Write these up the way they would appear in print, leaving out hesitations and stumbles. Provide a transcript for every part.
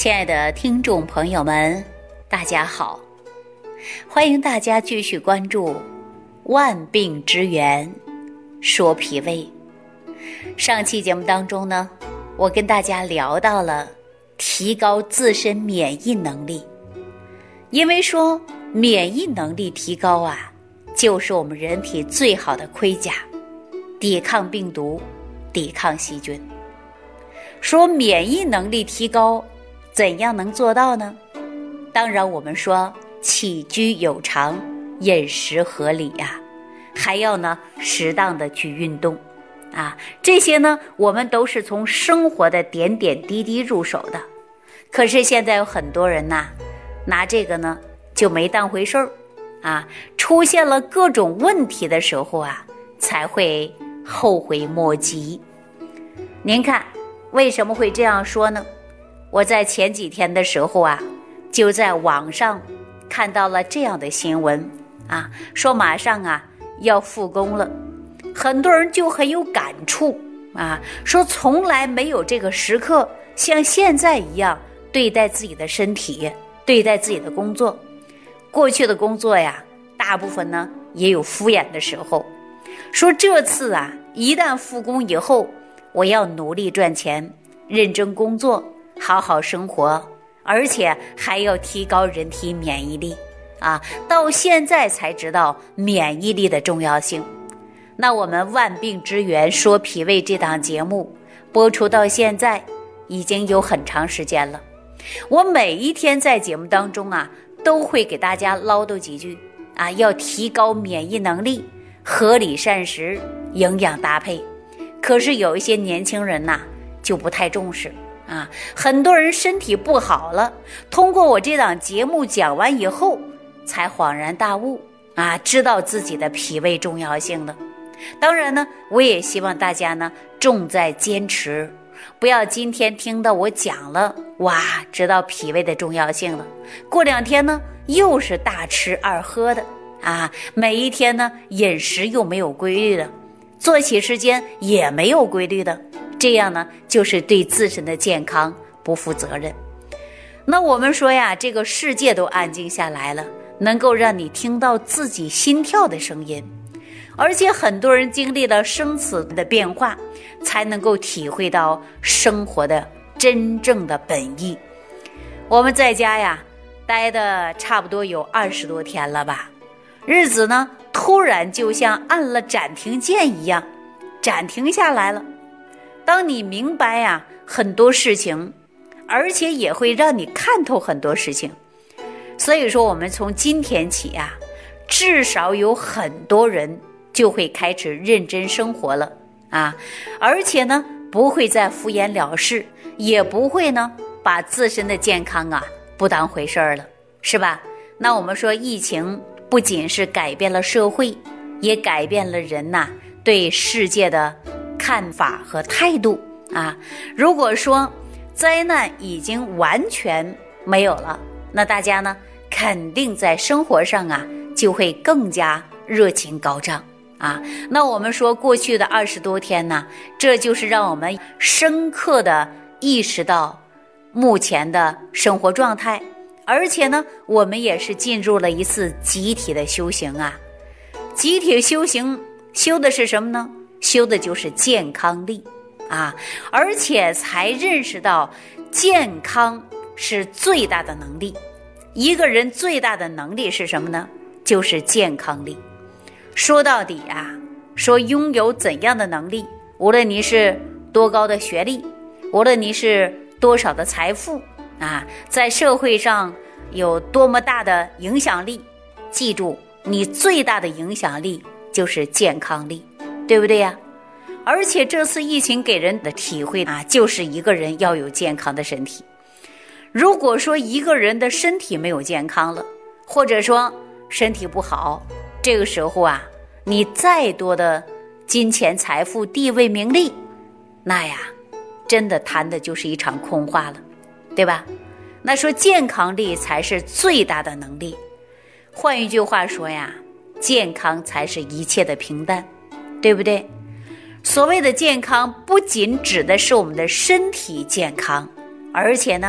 亲爱的听众朋友们，大家好，欢迎大家继续关注万病之源说脾胃。上期节目当中呢，我跟大家聊到了提高自身免疫能力，因为说免疫能力提高啊，就是我们人体最好的盔甲，抵抗病毒，抵抗细菌。说免疫能力提高，怎样能做到呢？当然我们说起居有常，饮食合理呀，还要呢适当的去运动啊，这些呢我们都是从生活的点点滴滴入手的。可是现在有很多人呐，拿这个呢就没当回事儿啊，出现了各种问题的时候啊，才会后悔莫及。您看为什么会这样说呢？我在前几天的时候啊，就在网上看到了这样的新闻啊，说马上啊要复工了，很多人就很有感触啊，说从来没有这个时刻像现在一样对待自己的身体，对待自己的工作。过去的工作呀，大部分呢也有敷衍的时候，说这次啊一旦复工以后，我要努力赚钱，认真工作，好好生活，而且还要提高人体免疫力啊！到现在才知道免疫力的重要性。那我们万病之源说脾胃这档节目播出到现在已经有很长时间了，我每一天在节目当中啊，都会给大家唠叨几句啊，要提高免疫能力，合理膳食，营养搭配。可是有一些年轻人呐，就不太重视啊，很多人身体不好了，通过我这档节目讲完以后，才恍然大悟啊，知道自己的脾胃重要性了。当然呢，我也希望大家呢重在坚持，不要今天听到我讲了，哇，知道脾胃的重要性了，过两天呢又是大吃二喝的啊，每一天呢饮食又没有规律的，作息时间也没有规律的，这样呢就是对自身的健康不负责任。那我们说呀，这个世界都安静下来了，能够让你听到自己心跳的声音，而且很多人经历了生死的变化，才能够体会到生活的真正的本意。我们在家呀待的差不多有20多天了吧，日子呢突然就像按了暂停键一样暂停下来了。当你明白呀很多事情，而且也会让你看透很多事情。所以说我们从今天起啊，至少有很多人就会开始认真生活了啊，而且呢不会再敷衍了事，也不会呢把自身的健康啊不当回事儿了，是吧？那我们说疫情不仅是改变了社会，也改变了人呐对世界的看法和态度啊。如果说灾难已经完全没有了，那大家呢肯定在生活上啊就会更加热情高涨啊。那我们说过去的20多天呢，这就是让我们深刻的意识到目前的生活状态，而且呢我们也是进入了一次集体的修行啊。集体修行修的是什么呢？修的就是健康力啊，而且才认识到健康是最大的能力。一个人最大的能力是什么呢？就是健康力。说到底啊，说拥有怎样的能力，无论你是多高的学历，无论你是多少的财富啊，在社会上有多么大的影响力，记住你最大的影响力就是健康力，对不对呀？而且这次疫情给人的体会啊，就是一个人要有健康的身体。如果说一个人的身体没有健康了，或者说身体不好，这个时候啊，你再多的金钱财富地位名利，那呀真的谈的就是一场空话了，对吧？那说健康力才是最大的能力。换一句话说呀，健康才是一切的平淡，对不对？所谓的健康不仅指的是我们的身体健康，而且呢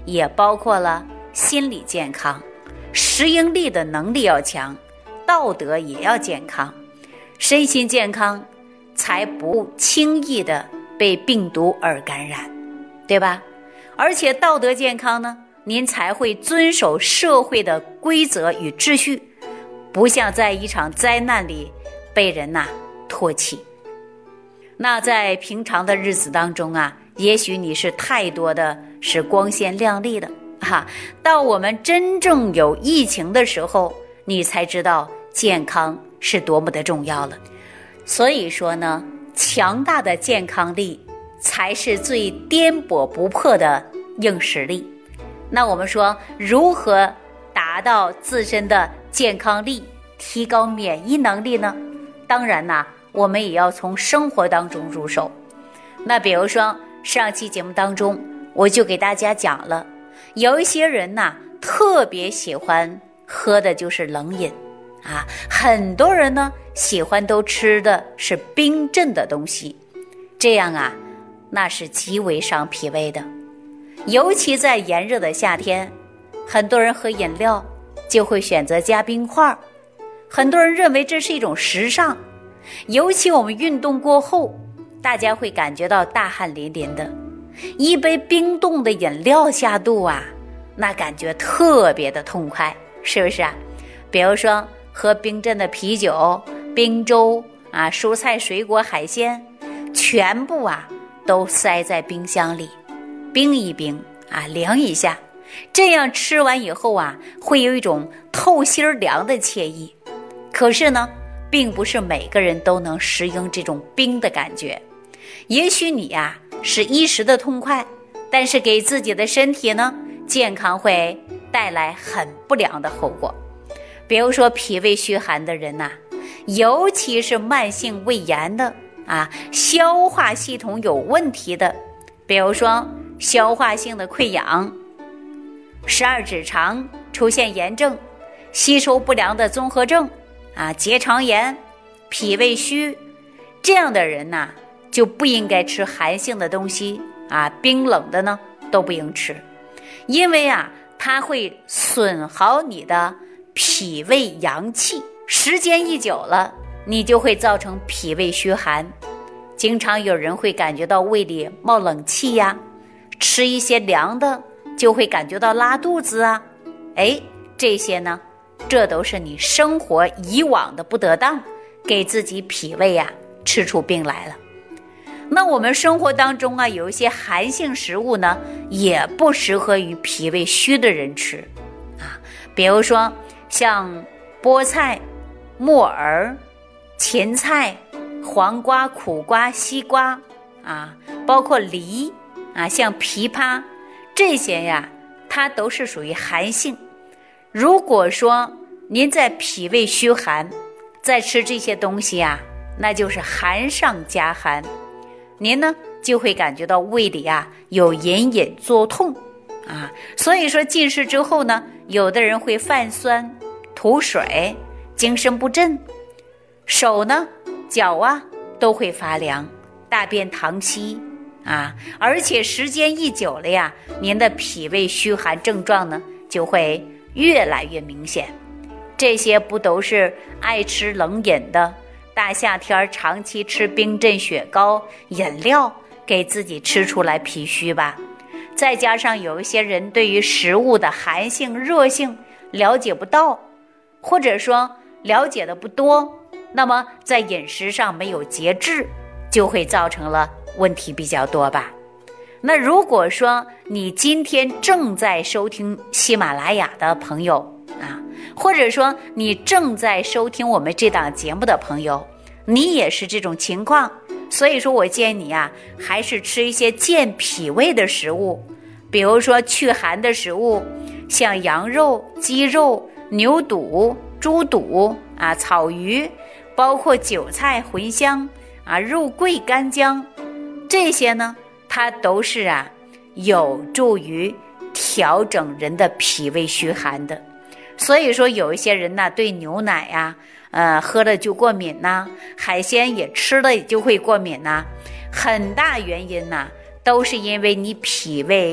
也包括了心理健康，适应力的能力要强，道德也要健康，身心健康才不轻易的被病毒而感染，对吧？而且道德健康呢，您才会遵守社会的规则与秩序，不像在一场灾难里被人唾弃。那在平常的日子当中也许你是太多的是光鲜亮丽的到我们真正有疫情的时候，你才知道健康是多么的重要了。所以说呢，强大的健康力才是最颠簸不破的硬实力。那我们说如何达到自身的健康力，提高免疫能力呢？当然我们也要从生活当中入手。那比如说上期节目当中我就给大家讲了，有一些人特别喜欢喝的就是冷饮很多人呢喜欢都吃的是冰镇的东西，这样那是极为伤脾胃的。尤其在炎热的夏天，很多人喝饮料就会选择加冰块，很多人认为这是一种时尚。尤其我们运动过后，大家会感觉到大汗淋淋的，一杯冰冻的饮料下肚那感觉特别的痛快，是不是比如说喝冰镇的啤酒、冰粥蔬菜水果海鲜，全部都塞在冰箱里，冰一冰凉一下，这样吃完以后会有一种透心凉的惬意。可是呢，并不是每个人都能适应这种冰的感觉。也许你是一时的痛快，但是给自己的身体呢，健康会带来很不良的后果。比如说脾胃虚寒的人尤其是慢性胃炎的消化系统有问题的，比如说消化性的溃疡、十二指肠出现炎症、吸收不良的综合症结肠炎、脾胃虚，这样的人就不应该吃寒性的东西冰冷的呢都不应吃，因为它会损耗你的脾胃阳气，时间一久了，你就会造成脾胃虚寒。经常有人会感觉到胃里冒冷气吃一些凉的就会感觉到拉肚子这些呢，这都是你生活以往的不得当，给自己脾胃吃出病来了。那我们生活当中有一些寒性食物呢，也不适合于脾胃虚的人吃比如说像菠菜、木耳、芹菜、黄瓜、苦瓜、西瓜包括梨像枇杷，这些它都是属于寒性。如果说您在脾胃虚寒，再吃这些东西那就是寒上加寒，您呢就会感觉到胃里有隐隐作痛所以说进食之后呢，有的人会泛酸、吐水、精神不振，手呢脚都会发凉，大便溏稀而且时间一久了您的脾胃虚寒症状呢就会越来越明显。这些不都是爱吃冷饮的，大夏天长期吃冰镇雪糕、饮料，给自己吃出来脾虚吧？再加上有一些人对于食物的寒性、热性了解不到，或者说了解的不多，那么在饮食上没有节制，就会造成了问题比较多吧。那如果说你今天正在收听喜马拉雅的朋友或者说你正在收听我们这档节目的朋友，你也是这种情况，所以说我建议你还是吃一些健脾胃的食物，比如说祛寒的食物，像羊肉、鸡肉、牛肚、猪肚草鱼，包括韭菜、茴香肉桂、干姜，这些呢它都是有助于调整人的脾胃虚寒的。所以说有一些人对牛奶喝了就过敏海鲜也吃了也就会过敏很大原因都是因为你脾胃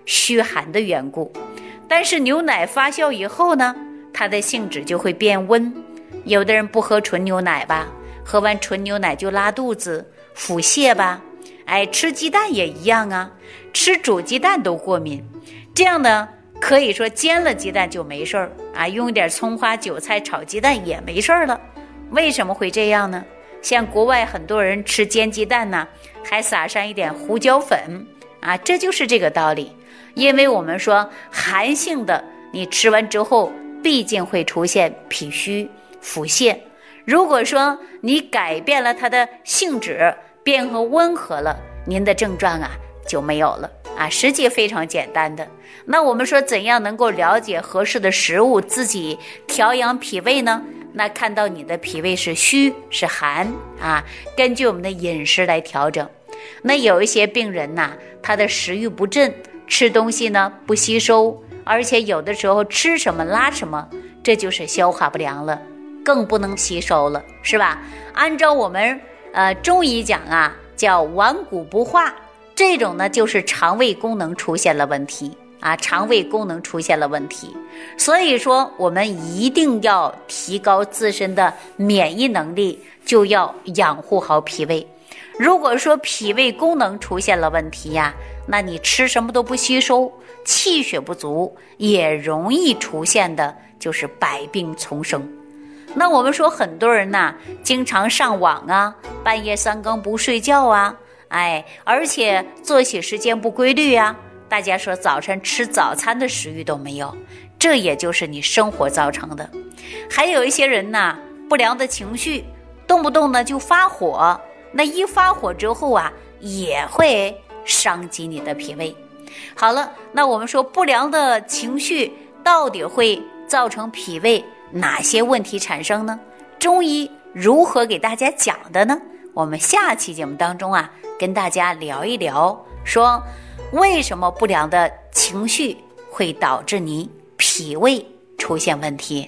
虚寒的缘故。但是牛奶发酵以后呢，它的性质就会变温。有的人不喝纯牛奶吧，喝完纯牛奶就拉肚子、腹泻吧。吃鸡蛋也一样啊，吃煮鸡蛋都过敏。这样呢，可以说煎了鸡蛋就没事儿啊，用一点葱花韭菜炒鸡蛋也没事儿了。为什么会这样呢？像国外很多人吃煎鸡蛋呢，还撒上一点胡椒粉啊，这就是这个道理。因为我们说寒性的，你吃完之后毕竟会出现脾虚、腹泻。如果说你改变了它的性质，变和温和了，您的症状啊就没有了啊，实际非常简单的。那我们说怎样能够了解合适的食物，自己调养脾胃呢？那看到你的脾胃是虚是寒啊，根据我们的饮食来调整。那有一些病人呐，他的食欲不振，吃东西呢不吸收，而且有的时候吃什么拉什么，这就是消化不良了，更不能吸收了，是吧？按照我们中医讲啊，叫顽固不化，这种呢就是肠胃功能出现了问题啊，肠胃功能出现了问题。所以说我们一定要提高自身的免疫能力，就要养护好脾胃。如果说脾胃功能出现了问题呀，那你吃什么都不吸收，气血不足，也容易出现的就是百病丛生。那我们说很多人呐，经常上网啊，半夜3更不睡觉啊，而且作息时间不规律啊，大家说早晨吃早餐的食欲都没有，这也就是你生活造成的。还有一些人呐，不良的情绪，动不动呢就发火，那一发火之后啊，也会伤及你的脾胃。好了，那我们说不良的情绪到底会造成脾胃哪些问题产生呢？中医如何给大家讲的呢？我们下期节目当中啊，跟大家聊一聊，说为什么不良的情绪会导致你脾胃出现问题。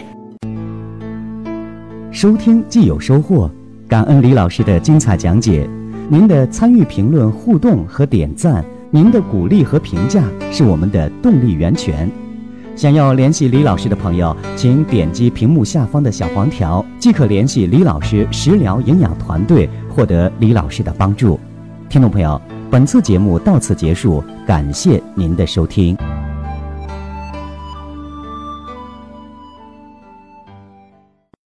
收听既有收获，感恩李老师的精彩讲解。您的参与、评论、互动和点赞，您的鼓励和评价是我们的动力源泉。想要联系李老师的朋友，请点击屏幕下方的小黄条，即可联系李老师食疗营养团队，获得李老师的帮助。听众朋友，本次节目到此结束，感谢您的收听。